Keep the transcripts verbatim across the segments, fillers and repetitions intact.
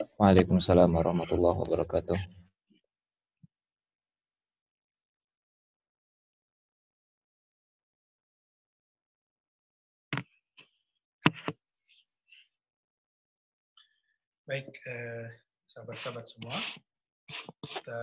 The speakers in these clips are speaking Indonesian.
Waalaikumsalam warahmatullahi wabarakatuh. Baik, eh, sahabat-sahabat semua, kita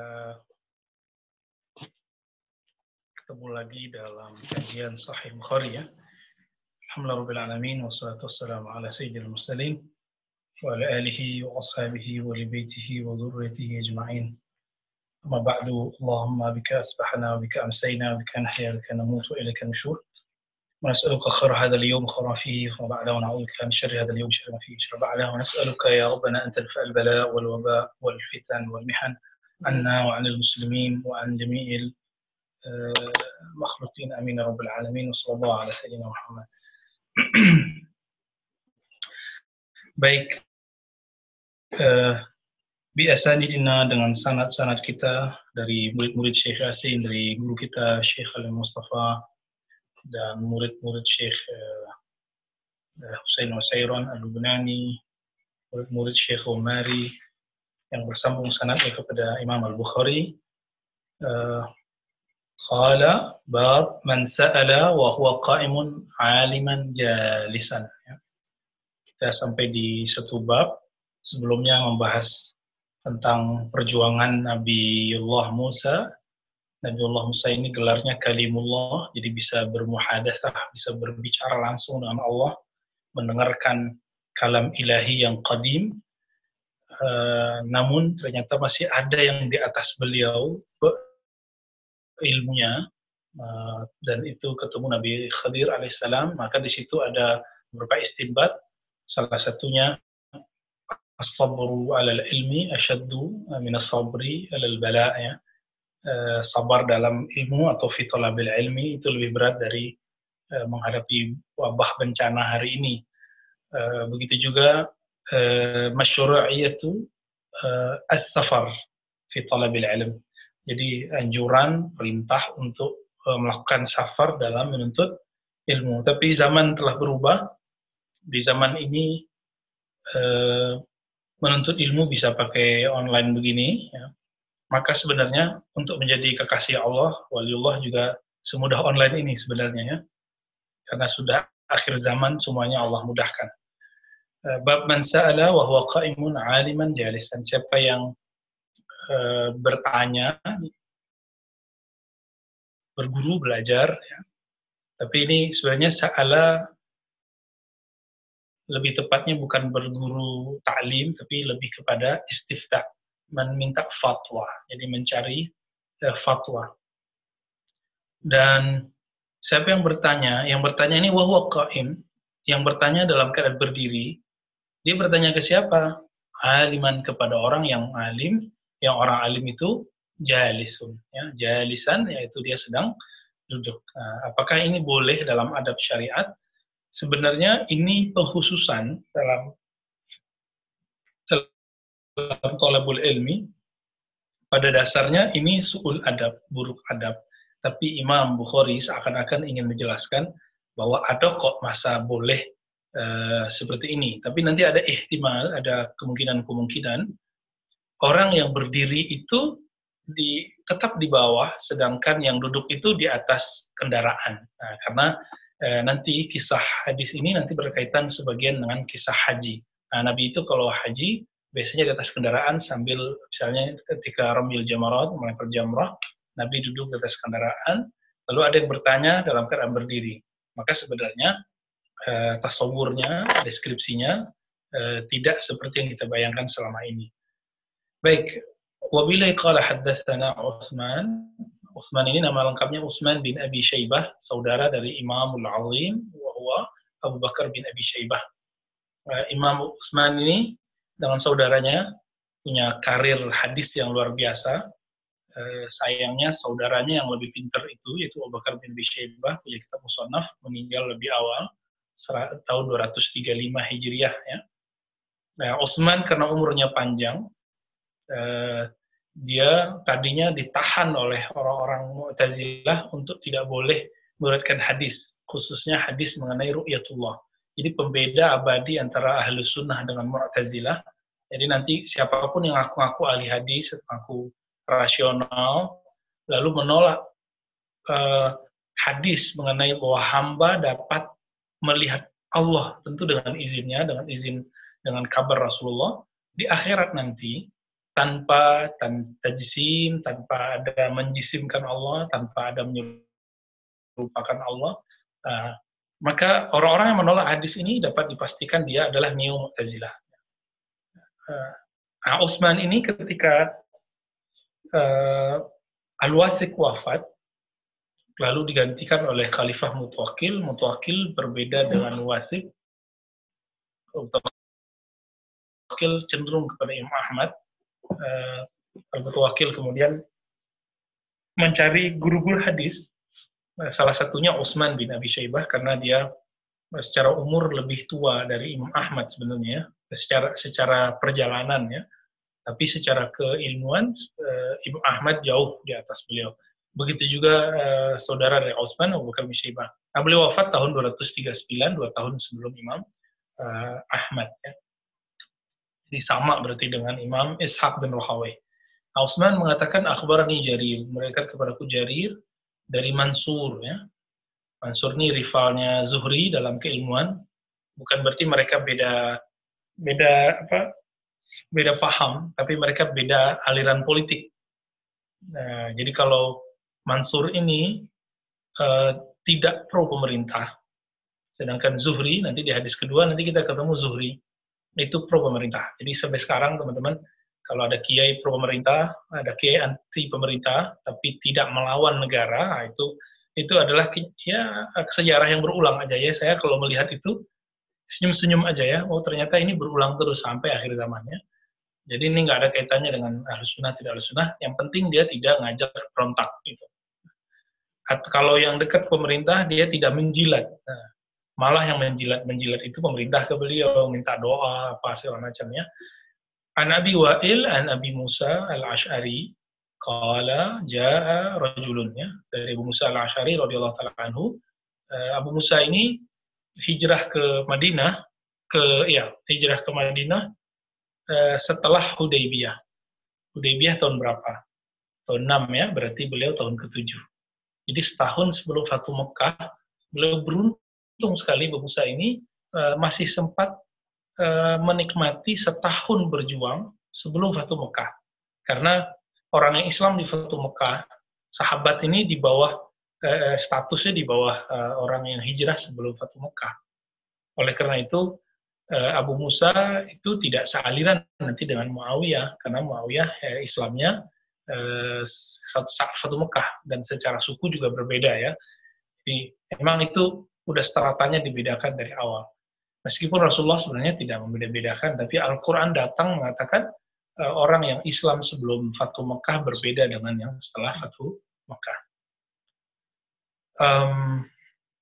ketemu lagi dalam kajian Sahih Bukhari ya. Alhamdulillahirrahmanirrahim, wassalatu wassalamu ala sayyidil mursalin wa ala alihi wa ashabihi wa li baitihi wa dhurriyyatihi ajma'in. Amma ba'du, Allahumma bika asbahna wa bika amsayna wa bika nahya wa bika namutu wa ilaika nusyur. ونسألك خير هذا اليوم خير فيه وبعده ونعوذ بك من شر هذا اليوم شر ما فيه شر بعده ونسألك يا ربنا أن تدفع البلاء والوباء والفتن والمحن عنا وعن المسلمين وعن جميع المخلوقين آمين يا رب العالمين وصلى الله على سيدنا محمد. Baik, uh, biasanidina dengan sanad-sanad kita dari murid-murid Syekh Yasin, dari guru kita Syekh Khalil Mustafa dan murid-murid Syekh uh, Husain Wasairon Al-Lubnani, murid-murid Syekh Umari yang bersambung sanadnya kepada Imam Al-Bukhari. Uh, Qala bab man sa'ala wa huwa qa'imun 'aliman jalisan. Kita sampai di satu bab sebelumnya membahas tentang perjuangan Nabiullah Musa. Nabiullah Musa ini gelarnya Kalimullah, jadi bisa bermuhadasah, bisa berbicara langsung dengan Allah, mendengarkan kalam ilahi yang qadim. Uh, namun ternyata masih ada yang di atas beliau ilmunya, uh, dan itu ketemu Nabi Khadir alaihissalam. Maka di situ ada beberapa istinbat. Salah satunya as-sabru 'alal ilmi asyaddu min as-sabri 'alal bala, ya. Uh, sabar dalam ilmu atau fi talabil ilmi itu lebih berat dari uh, menghadapi wabah bencana hari ini. Uh, begitu juga uh, masyru'iyatu uh, as-safar fi talabil ilm. Jadi anjuran, perintah untuk uh, melakukan safar dalam menuntut ilmu. Tapi zaman telah berubah. Di zaman ini eh, menuntut ilmu bisa pakai online begini, ya. Maka sebenarnya untuk menjadi kekasih Allah, waliullah juga semudah online ini sebenarnya, ya. Karena sudah akhir zaman semuanya Allah mudahkan. Eh, bab man sa'ala wa huwa qa'imun 'aliman jalisan. Siapa yang eh, bertanya, berguru, belajar, ya. Tapi ini sebenarnya sa'ala lebih tepatnya bukan berguru ta'lim, tapi lebih kepada istifta, meminta fatwa, jadi mencari uh, fatwa. Dan siapa yang bertanya? Yang bertanya ini wahwa qa'im, yang bertanya dalam keadaan berdiri. Dia bertanya ke siapa? Aliman, kepada orang yang alim, yang orang alim itu jalisun, ya, jalisan, yaitu dia sedang duduk. Nah, apakah ini boleh dalam adab syariat? Sebenarnya ini pengkhususan dalam dalam thalabul ilmi. Pada dasarnya ini su'ul adab, buruk adab. Tapi Imam Bukhari seakan-akan ingin menjelaskan bahwa ada kok masa boleh uh, seperti ini. Tapi nanti ada ihtimal, ada kemungkinan-kemungkinan orang yang berdiri itu di, tetap di bawah, sedangkan yang duduk itu di atas kendaraan. Nah, karena eh, nanti kisah hadis ini nanti berkaitan sebagian dengan kisah haji. Nah, Nabi itu kalau haji biasanya di atas kendaraan sambil misalnya ketika ramil jamarat, melempar jamrah, Nabi duduk di atas kendaraan, lalu ada yang bertanya dalam keadaan berdiri. Maka sebenarnya eh, tasawurnya, deskripsinya eh, tidak seperti yang kita bayangkan selama ini. Baik, wabillahi qala haddatsana Utsman. Utsman ini nama lengkapnya Utsman bin Abi Syaibah, saudara dari Imamul Azim, wa huwa Abu Bakar bin Abi Syaibah. Uh, Imam Utsman ini dengan saudaranya punya karir hadis yang luar biasa. Uh, sayangnya saudaranya yang lebih pintar itu, yaitu Abu Bakar bin Abi Syaibah, punya kitab Musannaf, meninggal lebih awal, tahun dua ratus tiga puluh lima Hijriah, ya. Nah, Utsman karena umurnya panjang, Uh, dia tadinya ditahan oleh orang-orang Mu'tazilah untuk tidak boleh meriwayatkan hadis, khususnya hadis mengenai ru'yatullah. Jadi pembeda abadi antara Ahlus Sunnah dengan Mu'tazilah Jadi nanti siapapun yang ngaku-ngaku ahli hadis, ngaku rasional, lalu menolak uh, hadis mengenai bahwa hamba dapat melihat Allah, tentu dengan izinnya, dengan izin, dengan kabar Rasulullah, di akhirat nanti, tanpa tajsim, tanpa ada menjisimkan Allah, tanpa ada menyerupakan Allah, uh, maka orang-orang yang menolak hadis ini dapat dipastikan dia adalah neo-Mu'tazilah. Uh, nah, Utsman ini ketika uh, Al-Wasik wafat, lalu digantikan oleh Khalifah Mutawakkil. Mutawakkil berbeda dengan Wasik. Mutawakkil cenderung kepada Imam Ahmad. Uh, Al-Mutawakkil kemudian mencari guru-guru hadis. Uh, salah satunya Utsman bin Abi Syaibah, karena dia uh, secara umur lebih tua dari Imam Ahmad sebenarnya, secara secara perjalanan ya. Tapi secara keilmuan, uh, Imam Ahmad jauh di atas beliau. Begitu juga uh, saudara dari Utsman, Abu Bakar bin Syaibah. Nah, beliau wafat tahun dua ratus tiga puluh sembilan, dua tahun sebelum Imam uh, Ahmad. Ya. Jadi sama berarti dengan Imam Ishaq bin Rahawayh. Nah, Utsman mengatakan, akhbarani Jarir, mereka kepadaku Jarir dari Mansur. Ya. Mansur ini rivalnya Zuhri dalam keilmuan. Bukan berarti mereka beda beda apa? beda faham, tapi mereka beda aliran politik. Nah, jadi kalau Mansur ini uh, tidak pro pemerintah, sedangkan Zuhri, nanti di hadis kedua, nanti kita ketemu Zuhri, itu pro pemerintah. Jadi sampai sekarang, teman-teman, kalau ada kiai pro pemerintah, ada kiai anti pemerintah, tapi tidak melawan negara, nah itu itu adalah ya sejarah yang berulang aja ya. Saya kalau melihat itu, senyum-senyum aja ya, oh ternyata ini berulang terus sampai akhir zamannya. Jadi ini nggak ada kaitannya dengan ahlus sunnah, tidak ahlus sunnah. Yang penting dia tidak ngajak berontak. Gitu. Atau kalau yang dekat pemerintah, dia tidak menjilat. Nah, malah yang menjilat-menjilat itu pemerintah ke beliau, minta doa, apa segala macamnya. An Abi Wa'il, an Abi Musa al-Ash'ari, qala ja'a rajulun, ya, dari Abu Musa al-Ash'ari radhiyallahu ta'ala anhu. Abu Musa ini hijrah ke Madinah, ke ya, hijrah ke Madinah setelah Hudaybiyah. Hudaybiyah tahun berapa? Tahun enam ya, berarti beliau tahun ketujuh. Jadi setahun sebelum Fatu Mekah, beliau beruntung sekali Abu Musa ini uh, masih sempat uh, menikmati setahun berjuang sebelum Fatu Mekah. Karena orang yang Islam di Fatu Mekah, sahabat ini di bawah, uh, statusnya di bawah uh, orang yang hijrah sebelum Fatu Mekah. Oleh karena itu, Abu Musa itu tidak sealiran nanti dengan Muawiyah, karena Muawiyah eh, Islamnya eh, satu, satu Mekah, dan secara suku juga berbeda ya. Jadi memang itu udah stratanya dibedakan dari awal. Meskipun Rasulullah sebenarnya tidak membeda-bedakan, tapi Al-Quran datang mengatakan eh, orang yang Islam sebelum Fatu Mekah berbeda dengan yang setelah Fatu Mekah. Um,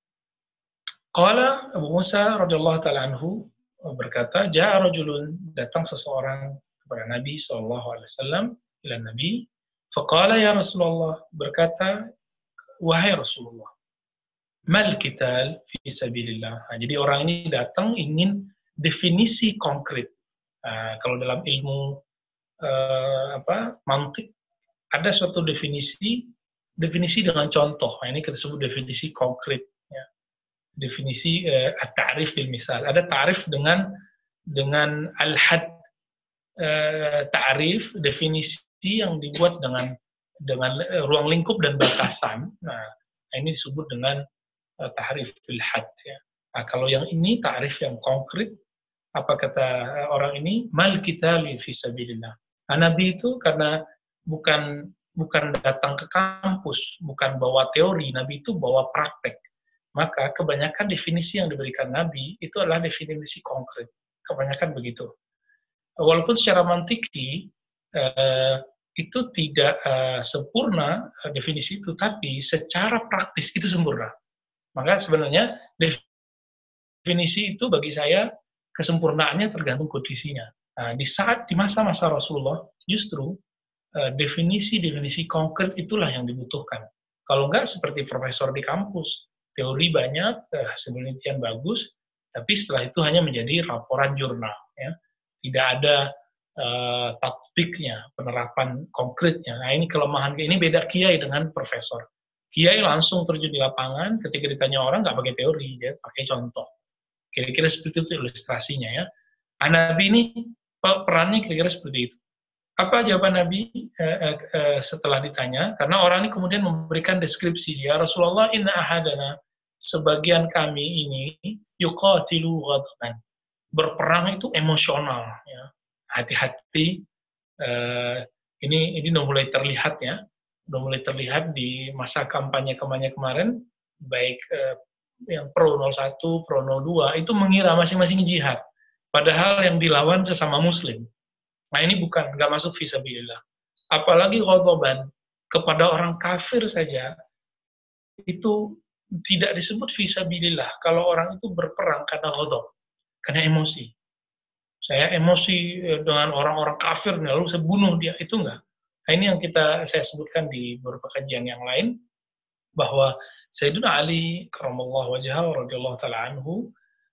Qala Abu Musa radhiyallahu ta'ala anhu berkata, ja'a rajulun, datang seseorang kepada Nabi sallallahu alaihi wasallam, ila Nabi, faqala ya Rasulullah, berkata, wahai Rasulullah, mal qital fi sabilillah. Nah, jadi orang ini datang ingin definisi konkret. Nah, kalau dalam ilmu uh, apa mantik, ada suatu definisi, definisi dengan contoh. Nah, ini kita sebut definisi konkret. Ya. Definisi uh, at-ta'rif bil misal. Ada ta'rif dengan dengan al-had, uh, ta'rif, definisi yang dibuat dengan dengan uh, ruang lingkup dan batasan. Nah, ini disebut dengan uh, ta'rif bil had. Ya. Nah, kalau yang ini ta'rif yang konkret, apa kata uh, orang ini? Mal qitali fi sabilillah. Nah, Nabi itu karena bukan bukan datang ke kampus, bukan bawa teori, Nabi itu bawa praktek. Maka kebanyakan definisi yang diberikan Nabi itu adalah definisi konkret. Kebanyakan begitu. Walaupun secara mantiki eh, itu tidak eh, sempurna eh, definisi itu, tapi secara praktis itu sempurna. Maka sebenarnya definisi itu bagi saya kesempurnaannya tergantung kondisinya. Nah, di saat di masa-masa Rasulullah justru eh, definisi-definisi konkret itulah yang dibutuhkan. Kalau enggak seperti profesor di kampus, teori banyak, hasil penelitian bagus, tapi setelah itu hanya menjadi laporan jurnal. Ya. Tidak ada uh, tatbiknya, penerapan konkretnya. Nah ini kelemahan, ini beda kiai dengan profesor. Kiai langsung terjun di lapangan, ketika ditanya orang nggak pakai teori, dia pakai contoh. Kira-kira seperti itu ilustrasinya ya. Nah, Nabi ini perannya kira-kira seperti itu. Apa jawaban Nabi eh, eh, eh, setelah ditanya? Karena orang ini kemudian memberikan deskripsi dia, Rasulullah inna ahadana, sebagian kami ini yuqatilu ghadban, berperang itu emosional, ya. Hati-hati, eh, ini ini udah mulai terlihat ya, udah mulai terlihat di masa kampanye-kampanye kemarin, baik eh, yang pro nol satu, pro nol dua itu mengira masing-masing jihad, padahal yang dilawan sesama muslim. Nah ini bukan, nggak masuk fisabilillah. Apalagi ghadaban, kepada orang kafir saja, itu tidak disebut fisabilillah. Kalau orang itu berperang karena ghadab, karena emosi. Saya emosi dengan orang-orang kafir, lalu saya bunuh dia, itu enggak. Nah ini yang kita saya sebutkan di beberapa kajian yang lain, bahwa Sayyidina Ali, karamallahu wajhahu, radhiyallahu ta'ala anhu,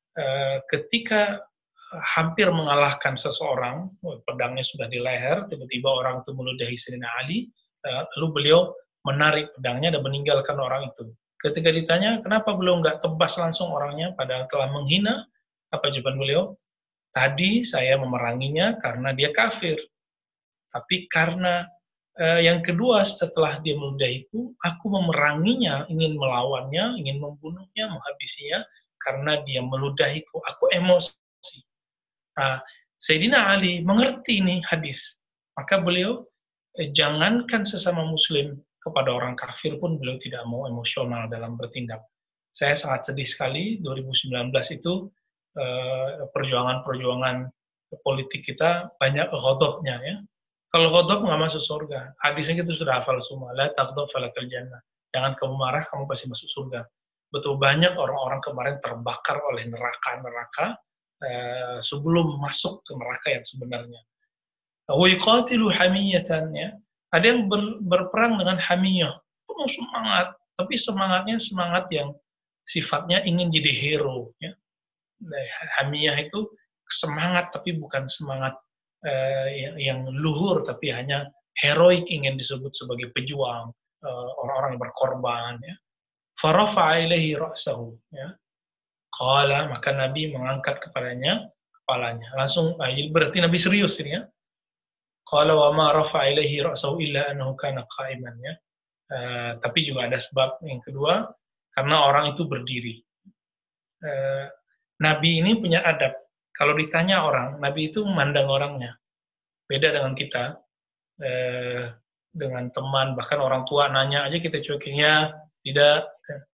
ketika hampir mengalahkan seseorang, pedangnya sudah di leher, tiba-tiba orang itu meludahi Sayyidina Ali, lalu beliau menarik pedangnya dan meninggalkan orang itu. Ketika ditanya, kenapa beliau nggak tebas langsung orangnya, padahal telah menghina, apa jawaban beliau? Tadi saya memeranginya karena dia kafir. Tapi karena eh, yang kedua, setelah dia meludahiku, aku memeranginya, ingin melawannya, ingin membunuhnya, menghabisinya, karena dia meludahiku. Aku emosi. Nah, Sayyidina Ali mengerti ini hadis. Maka beliau, eh, jangankan sesama muslim, kepada orang kafir pun beliau tidak mau emosional dalam bertindak. Saya sangat sedih sekali, dua ribu sembilan belas itu, eh, perjuangan-perjuangan politik kita banyak ghadabnya ya. Kalau ghadab nggak masuk surga. Hadisnya kita sudah hafal semua. La taghdab falakal jannah. Jangan kamu marah, kamu pasti masuk surga. Betul banyak orang-orang kemarin terbakar oleh neraka-neraka, Uh, sebelum masuk ke neraka yang sebenarnya. Wa yuqatilu hamiyatan, ya. Ada yang ber, berperang dengan hamiyah, penuh semangat, tapi semangatnya semangat yang sifatnya ingin jadi hero, ya. Nah, hamiyah itu semangat tapi bukan semangat uh, yang, yang luhur, tapi hanya heroik, ingin disebut sebagai pejuang, uh, orang-orang yang berkorban, ya. Farafa'a ilaihi ra'sahu, ya. Qala, maka Nabi mengangkat kepadanya kepalanya. Langsung, berarti Nabi serius ini ya. Qala wa ma rafa'a ilaihi ra'sahu illa annahu kana qa'iman, ya. Uh, tapi juga ada sebab yang kedua, karena orang itu berdiri. Uh, Nabi ini punya adab. Kalau ditanya orang, Nabi itu memandang orangnya. Beda dengan kita, uh, dengan teman, bahkan orang tua nanya aja kita cuekinnya, tidak.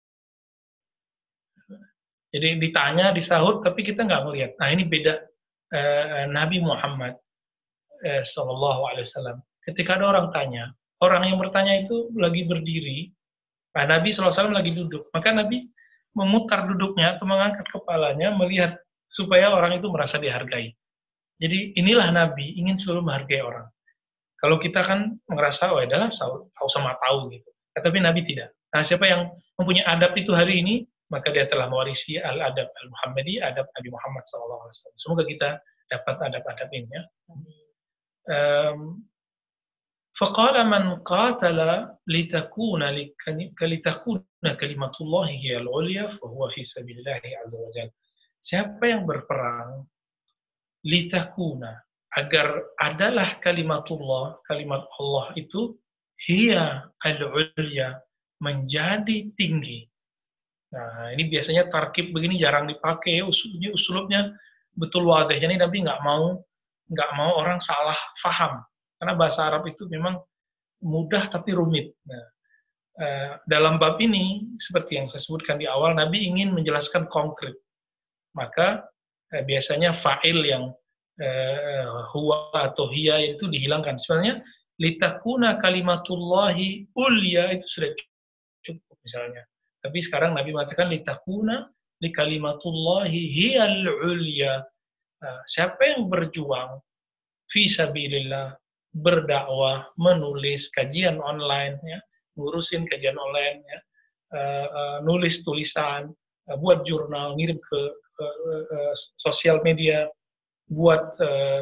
Jadi ditanya, disahut, tapi kita nggak melihat. Nah ini beda eh, Nabi Muhammad eh, Sallallahu Alaihi Wasallam. Ketika ada orang tanya, orang yang bertanya itu lagi berdiri, nah, Nabi Sallallahu Alaihi Wasallam lagi duduk. Maka Nabi memutar duduknya atau mengangkat kepalanya, melihat supaya orang itu merasa dihargai. Jadi inilah Nabi, ingin selalu menghargai orang. Kalau kita kan merasa, oh adalah tahu sama tahu gitu. Tapi Nabi tidak. Nah siapa yang mempunyai adab itu hari ini, maka dia telah mewarisi al-adab al-Muhammadi, adab Nabi Muhammad shallallahu alaihi wasallam. Semoga kita dapat adab-adab ini. Ya. Um, Faqala man qatala litakuna litakuna kalimatullah hiya al-ulya fahuwa fi sabilillah azza wa jalla. Siapa yang berperang litakuna, agar adalah kalimatullah, kalimat Allah itu hiya al-ulya, menjadi tinggi. Nah, ini biasanya tarkib begini jarang dipakai, usulnya usulnya betul wadah. Jadi Nabi nggak mau nggak mau orang salah faham, karena bahasa Arab itu memang mudah tapi rumit. Nah, eh, dalam bab ini seperti yang saya sebutkan di awal, Nabi ingin menjelaskan konkret. Maka eh, biasanya fa'il yang eh, huwa atau hiya itu dihilangkan. Sebenarnya litakuna kalimatullahi ulya itu sudah cukup misalnya. Tapi sekarang Nabi mengatakan litakuna li kalimatullahi hiyal ulya. Nah, siapa yang berjuang fi sabilillah, berdakwah, menulis kajian online, ya, ngurusin kajian online, ya, uh, uh, nulis tulisan, uh, buat jurnal, ngirim ke uh, uh, sosial media, buat uh,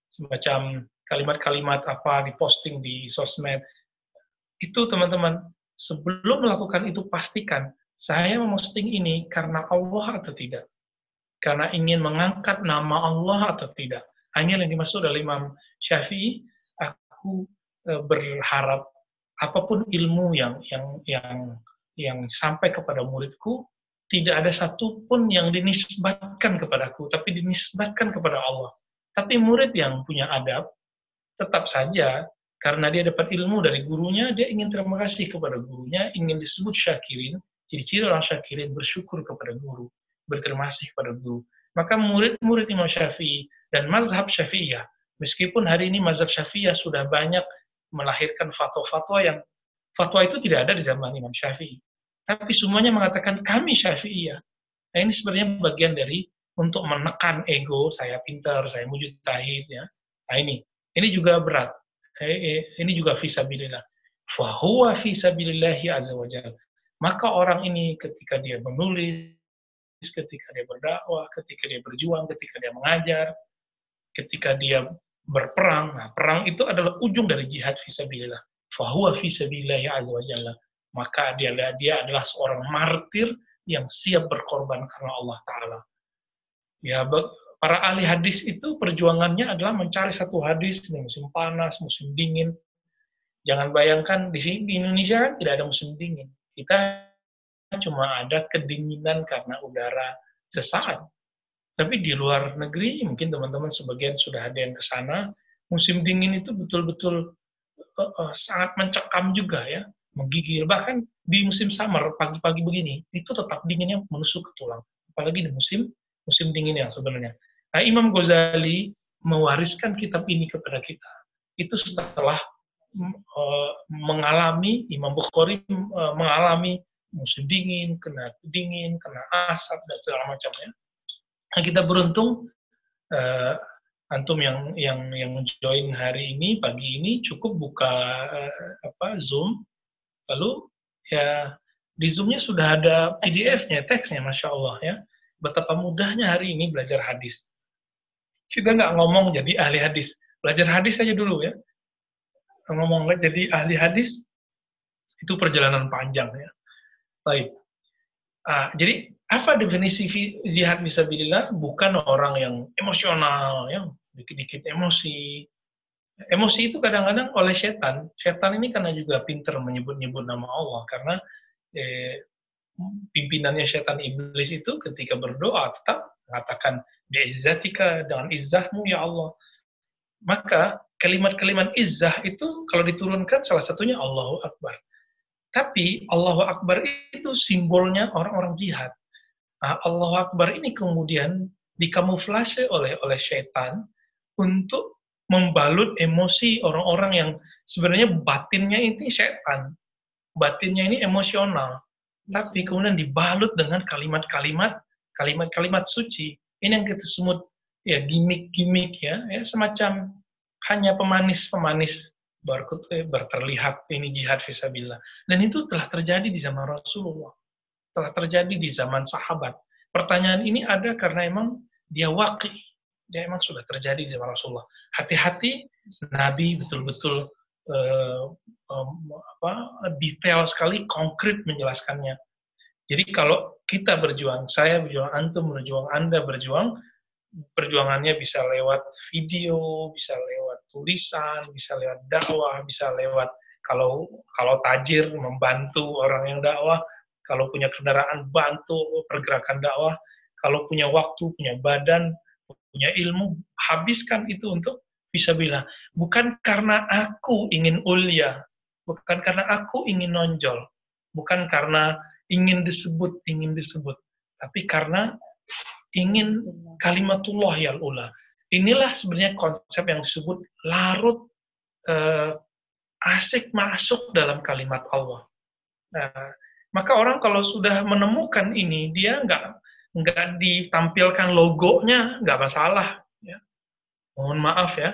semacam kalimat-kalimat apa diposting di sosmed. Itu teman-teman, sebelum melakukan itu pastikan, saya memposting ini karena Allah atau tidak. Karena ingin mengangkat nama Allah atau tidak. Hanya yang dimaksud oleh Imam Syafi'i, aku e, berharap apapun ilmu yang yang yang yang sampai kepada muridku, tidak ada satupun yang dinisbatkan kepadaku, tapi dinisbatkan kepada Allah. Tapi murid yang punya adab, tetap saja, karena dia dapat ilmu dari gurunya, dia ingin terima kasih kepada gurunya, ingin disebut syakirin, jadi ciri orang syakirin bersyukur kepada guru, berterima kasih kepada guru. Maka murid-murid Imam Syafi'i dan mazhab Syafi'iyah, meskipun hari ini mazhab Syafi'iyah sudah banyak melahirkan fatwa-fatwa yang, fatwa itu tidak ada di zaman Imam Syafi'i. Tapi semuanya mengatakan kami Syafi'iyah. Nah ini sebenarnya bagian dari untuk menekan ego, saya pintar, saya mujtahid, ya. Nah ini, ini juga berat. Ini juga fisabilillah. Fahuwa fisabilillahi azza wa jalla. Maka orang ini ketika dia menulis, ketika dia berdakwah, ketika dia berjuang, ketika dia mengajar, ketika dia berperang, nah perang itu adalah ujung dari jihad fisabilillah. Fahuwa fisabilillahi azza wa jalla. Maka dia dia adalah seorang martir yang siap berkorban karena Allah Ta'ala. Ya, para ahli hadis itu perjuangannya adalah mencari satu hadis di musim panas, musim dingin. Jangan bayangkan di sini di Indonesia kan tidak ada musim dingin. Kita cuma ada kedinginan karena udara sesaat. Tapi di luar negeri, mungkin teman-teman sebagian sudah ada yang ke sana, musim dingin itu betul-betul uh, uh, sangat mencekam juga ya, menggigil. Bahkan di musim summer, pagi-pagi begini, itu tetap dinginnya menusuk ke tulang. Apalagi di musim musim dingin yang sebenarnya. Nah, Imam Ghazali mewariskan kitab ini kepada kita. Itu setelah uh, mengalami, Imam Bukhari uh, mengalami musim dingin, kena dingin, kena asap, dan segala macamnya. Nah, kita beruntung, uh, antum yang yang yang join hari ini, pagi ini, cukup buka uh, apa Zoom, lalu ya di Zoom-nya sudah ada P D F-nya, teksnya, Masya Allah ya. Betapa mudahnya hari ini belajar hadis. Kita nggak ngomong jadi ahli hadis. Belajar hadis aja dulu ya. Ngomong jadi ahli hadis, itu perjalanan panjang ya. Baik. Ah, jadi, apa definisi jihad fisabilillah? Bukan orang yang emosional, ya, dikit-dikit emosi. Emosi itu kadang-kadang oleh setan. Setan ini karena juga pinter menyebut-nyebut nama Allah. Karena eh, pimpinannya setan iblis itu ketika berdoa tetap mengatakan bi'izzatika, dengan izzahmu ya Allah. Maka kalimat-kalimat izzah itu kalau diturunkan salah satunya Allahu Akbar. Tapi Allahu Akbar itu simbolnya orang-orang jihad. Nah, Allahu Akbar ini kemudian dikamuflase oleh oleh setan untuk membalut emosi orang-orang yang sebenarnya batinnya ini setan. Batinnya ini emosional. Tapi kemudian dibalut dengan kalimat-kalimat, kalimat-kalimat suci. Ini yang kita sebut ya gimmick-gimmick ya, ya semacam hanya pemanis-pemanis berterlihat ini jihad fisabilillah. Dan itu telah terjadi di zaman Rasulullah, telah terjadi di zaman sahabat. Pertanyaan ini ada karena emang dia waqi, dia emang sudah terjadi di zaman Rasulullah. Hati-hati, Nabi betul-betul Uh, um, apa, detail sekali, konkret menjelaskannya. Jadi kalau kita berjuang, saya berjuang, antum berjuang, Anda berjuang, perjuangannya bisa lewat video, bisa lewat tulisan, bisa lewat dakwah, bisa lewat kalau kalau tajir membantu orang yang dakwah, kalau punya kendaraan bantu pergerakan dakwah, kalau punya waktu, punya badan, punya ilmu, habiskan itu untuk fisabilillah. Bukan karena aku ingin ulia, bukan karena aku ingin nonjol, bukan karena ingin disebut, ingin disebut, tapi karena ingin kalimatullah yal ula. Inilah sebenarnya konsep yang disebut larut eh, asik masuk dalam kalimat Allah. Nah, maka orang kalau sudah menemukan ini, dia nggak nggak ditampilkan logonya, nggak masalah. Ya. Mohon maaf ya,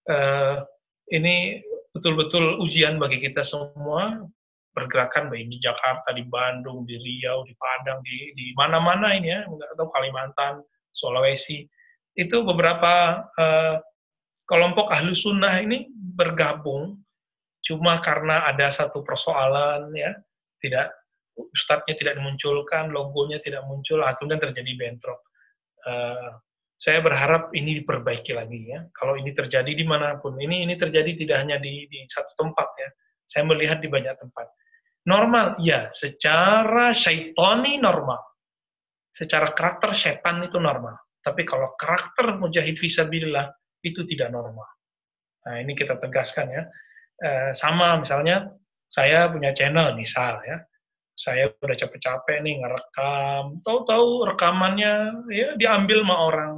uh, ini betul-betul ujian bagi kita semua, pergerakan baik di Jakarta, di Bandung, di Riau, di Padang, di, di mana-mana ini ya, atau Kalimantan, Sulawesi, itu beberapa uh, kelompok ahlu sunnah ini bergabung cuma karena ada satu persoalan, ya, tidak ustadznya tidak dimunculkan, logonya tidak muncul, kemudian terjadi bentrok. Uh, saya berharap ini diperbaiki lagi, ya. Kalau ini terjadi dimanapun, ini ini terjadi tidak hanya di, di satu tempat, ya. Saya melihat di banyak tempat. Normal, ya, secara syaitani normal. Secara karakter setan itu normal. Tapi kalau karakter mujahid fisabilillah itu tidak normal. Nah, ini kita tegaskan, ya. Eh, sama misalnya saya punya channel misal, ya. Saya udah capek-capek nih ngerekam, tahu-tahu rekamannya ya diambil sama orang.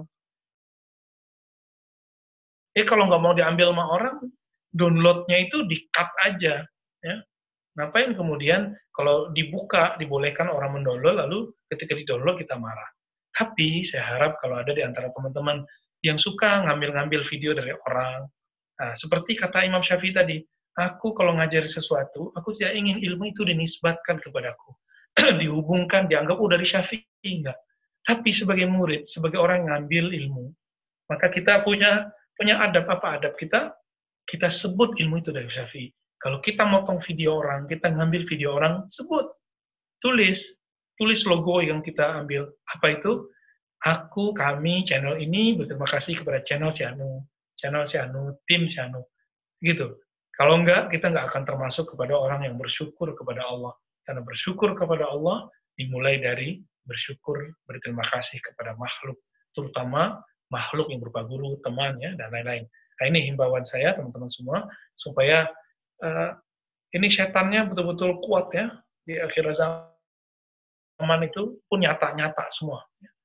Eh kalau nggak mau diambil sama orang, downloadnya itu di-cut aja, ya. Ngapain kemudian kalau dibuka, dibolehkan orang mendownload, lalu ketika di-download kita marah. Tapi saya harap kalau ada di antara teman-teman yang suka ngambil-ngambil video dari orang, nah, seperti kata Imam Syafi'i tadi, aku kalau ngajari sesuatu, aku tidak ingin ilmu itu dinisbatkan kepadaku. Dihubungkan, dianggap, oh dari Syafi'i, enggak. Tapi sebagai murid, sebagai orang yang ngambil ilmu, maka kita punya punya adab. Apa adab kita? Kita sebut ilmu itu dari Syafi'i. Kalau kita motong video orang, kita ngambil video orang, sebut. Tulis. Tulis logo yang kita ambil. Apa itu? Aku, kami, channel ini, berterima kasih kepada channel si Anu, channel si Anu, tim si Anu. Gitu. Kalau enggak, kita enggak akan termasuk kepada orang yang bersyukur kepada Allah. Karena bersyukur kepada Allah dimulai dari bersyukur, berterima kasih kepada makhluk, terutama makhluk yang berupa guru, teman, ya, dan lain-lain. Nah, ini himbauan saya, teman-teman semua, supaya uh, ini setannya betul-betul kuat, ya, di akhir zaman itu pun nyata-nyata semua.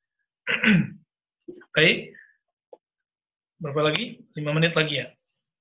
Baik, berapa lagi? Lima menit lagi, ya.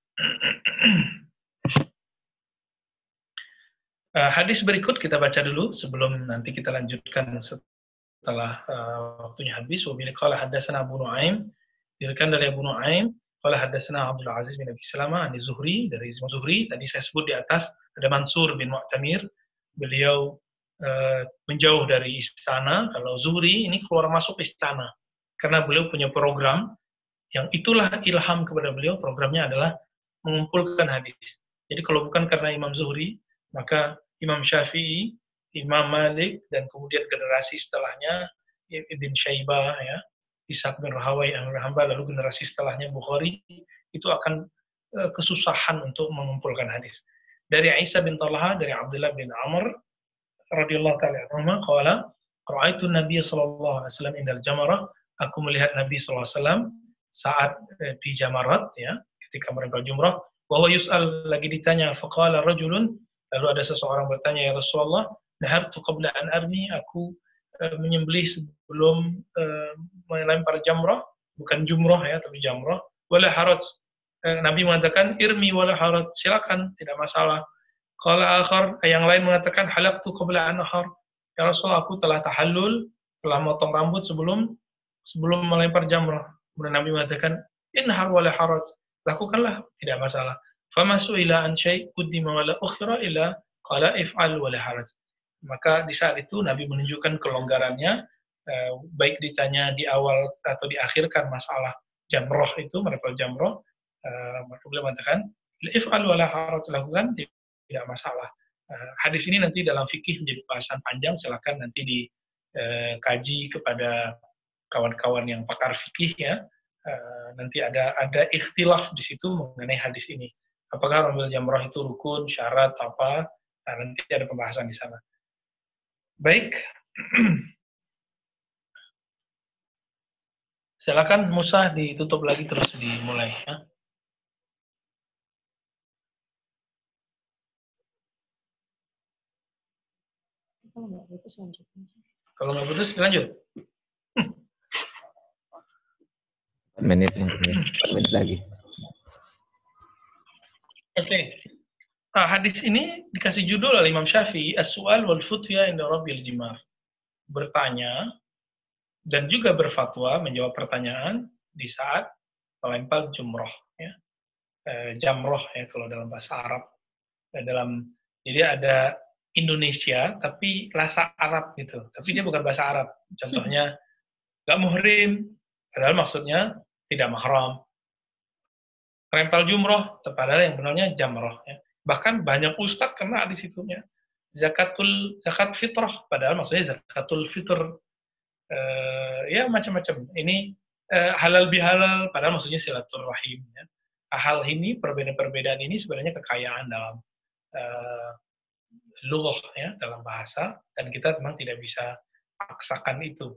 Uh, hadis berikut kita baca dulu sebelum nanti kita lanjutkan setelah uh, waktunya habis. Wa bil qala hadatsana Abu Nuaim, dirikan dari Abu Nuaim, qala hadatsana Abdul Aziz bin Abi Salamah an Zuhri, dari Imam Zuhri. Tadi saya sebut di atas ada Mansur bin Mu'tamir, beliau uh, menjauh dari istana. Kalau Zuhri ini keluar masuk istana karena beliau punya program yang itulah ilham kepada beliau. Programnya adalah mengumpulkan hadis. Jadi kalau bukan karena Imam Zuhri, maka Imam Syafi'i, Imam Malik, dan kemudian generasi setelahnya Ibn Syaibah, ya, Ishaq bin Rahawai, Ahmad bin Hanbal, lalu generasi setelahnya Bukhari, itu akan uh, kesusahan untuk mengumpulkan hadis. Dari Isa bin Talha, dari Abdullah bin Amr radhiyallahu ta'ala anhu, qala ra'aitu Nabiy sallallahu alaihi wasallam indal jamarah, aku melihat Nabi sallallahu alaihi wasallam saat uh, di Jamarat, ya, ketika mereka jumrah, bahwa yus'al, lagi ditanya, faqala rajulun, lalu ada seseorang bertanya, ya Rasulullah, nahartu qabla an armi, aku uh, menyembelih sebelum uh, melempar jamrah, bukan jumrah, ya, tapi jamrah, wala haraj. Uh, Nabi mengatakan, irmi wala haraj, silakan, tidak masalah. Qala akhar, yang lain mengatakan, halaqtu qabla an ahar, ya Rasulullah, aku telah tahallul, telah motong rambut sebelum sebelum melempar jamrah. Kemudian Nabi mengatakan, inhar wala haraj, lakukanlah, tidak masalah. Fama su'ila an syai' quddima wala ukhira illa qala if'al wala haraj. Maka di saat itu Nabi menunjukkan kelonggarannya, eh, baik ditanya di awal atau diakhirkan masalah jamroh itu, melempar jamroh, eh, maka beliau mengatakan if'al wala haraj, lakukan, tidak masalah. Eh, hadis ini nanti dalam fikih menjadi bahasan panjang, silakan nanti dikaji eh, kepada kawan-kawan yang pakar fikih, ya. Uh, nanti ada ada ikhtilaf di situ mengenai hadis ini. Apakah ramil jamrah itu rukun, syarat, apa? Nah, nanti ada pembahasan di sana. Baik. Silakan Musa, ditutup lagi terus dimulai, ya. Kalau nggak putus lanjut. Kalau nggak putus lanjut. empat menit mungkin, empat menit lagi. Oke. Okay. Nah, hadis ini dikasih judul oleh Imam Syafi'i, As-Su'al wal Futya inda Rabbil Jimar. Bertanya dan juga berfatwa, menjawab pertanyaan di saat melempar jumroh, ya. E, jamroh, ya, kalau dalam bahasa Arab. E, dalam jadi ada Indonesia tapi rasa Arab gitu. Tapi dia bukan bahasa Arab. Contohnya nggak muhrim, padahal maksudnya tidak mahram. Rempel jumroh, padahal yang benarnya jamroh. Ya. Bahkan banyak ustadz kena di situnya. Zakatul zakat fitrah, padahal maksudnya zakatul fitr. Uh, ya macam-macam. Ini uh, halal bihalal, padahal maksudnya silaturahim. Ya. Hal ini, perbedaan-perbedaan ini sebenarnya kekayaan dalam uh, lughah, ya, dalam bahasa, dan kita memang tidak bisa paksakan itu.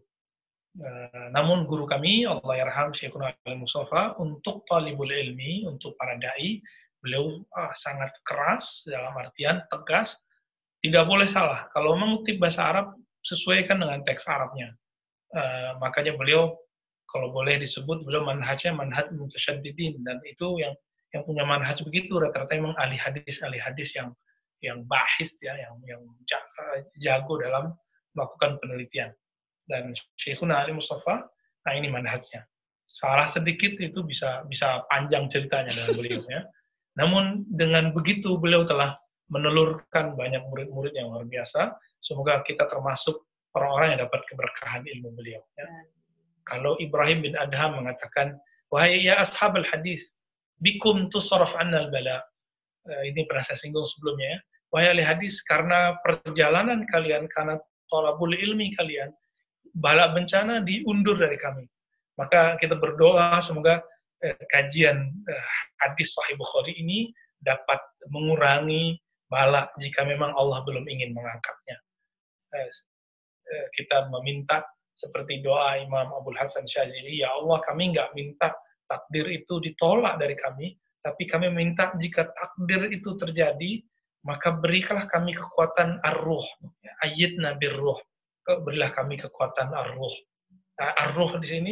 Uh, namun guru kami, Allah yarham Syekhuna Al-Mustafa, untuk talibul ilmi, untuk para da'i, beliau uh, sangat keras, dalam artian tegas, tidak boleh salah. Kalau mengutip bahasa Arab, sesuaikan dengan teks Arabnya. Uh, makanya beliau, kalau boleh disebut, beliau manhajnya manhaj mutasyaddidin, dan itu yang yang punya manhaj begitu, rata-rata memang ahli hadis, ahli hadis yang yang bahis, ya, yang yang jago dalam melakukan penelitian. Dan Syekhuna Ali Mustafa, nah ini manhajnya. Salah sedikit itu bisa bisa panjang ceritanya dengan beliau. Ya. Namun dengan begitu beliau telah menelurkan banyak murid-murid yang luar biasa. Semoga kita termasuk orang-orang yang dapat keberkahan ilmu beliau. Ya. Kalau Ibrahim bin Adham mengatakan, wahai ya ashabal hadis, bikum tusaraf annal bala. Uh, ini pernah saya singgung sebelumnya. Ya. Wahai ahli hadis, karena perjalanan kalian, karena thalabul ilmi kalian, bala bencana diundur dari kami. Maka kita berdoa semoga eh, kajian eh, hadis Sahih Bukhari ini dapat mengurangi bala jika memang Allah belum ingin mengangkatnya. Eh, eh, kita meminta seperti doa Imam Abdul Hasan Syazili, ya Allah kami nggak minta takdir itu ditolak dari kami, tapi kami minta jika takdir itu terjadi, maka berikanlah kami kekuatan ar-ruh, ayyidna bir-ruh. Berilah kami kekuatan ar-ruh. Nah, ar-ruh di sini,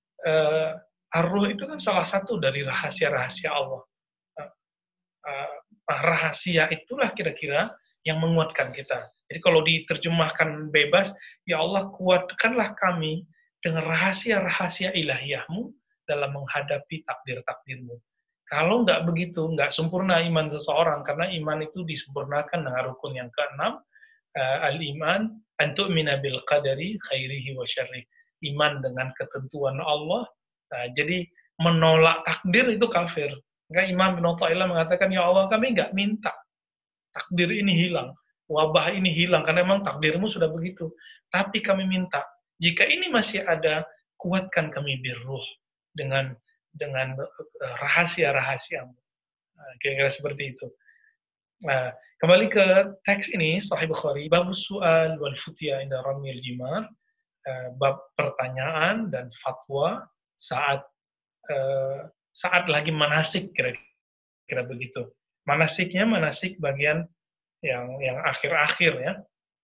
uh, ar-ruh itu kan salah satu dari rahasia-rahasia Allah. Uh, uh, rahasia itulah kira-kira yang menguatkan kita. Jadi kalau diterjemahkan bebas, ya Allah kuatkanlah kami dengan rahasia-rahasia ilahiyahmu dalam menghadapi takdir-takdirmu. Kalau nggak begitu, nggak sempurna iman seseorang, karena iman itu disempurnakan dengan rukun yang keenam, uh, al-iman antu mina bil qadari khairihi wa syarri. Iman dengan ketentuan Allah. Nah, jadi menolak takdir itu kafir. Maka Imam bin Athaillah mengatakan, ya Allah kami nggak minta takdir ini hilang, wabah ini hilang, karena memang takdirmu sudah begitu. Tapi kami minta, jika ini masih ada, kuatkan kami birruh dengan dengan rahasia-rahasiamu. Nah, kira-kira seperti itu. Nah, kembali ke teks ini, Sahih Bukhari, bab su'al wal futya inda ramil jimar, uh, bab pertanyaan dan fatwa saat uh, saat lagi manasik, kira-kira begitu. Manasiknya manasik bagian yang yang akhir-akhir ya.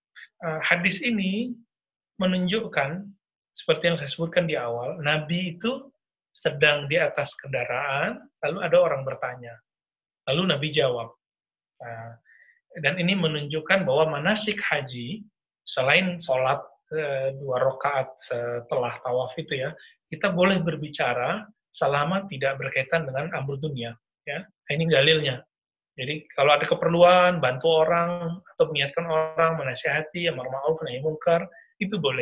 Uh, hadis ini menunjukkan seperti yang saya sebutkan di awal, Nabi itu sedang di atas kendaraan, lalu ada orang bertanya, lalu Nabi jawab. Nah, dan ini menunjukkan bahwa manasik haji, selain sholat e, dua rakaat setelah tawaf itu ya, kita boleh berbicara selama tidak berkaitan dengan amr dunia. Ya, ini dalilnya. Jadi kalau ada keperluan, bantu orang, atau mengingatkan orang, menasihati, amar ma'ruf, nahi munkar, itu boleh.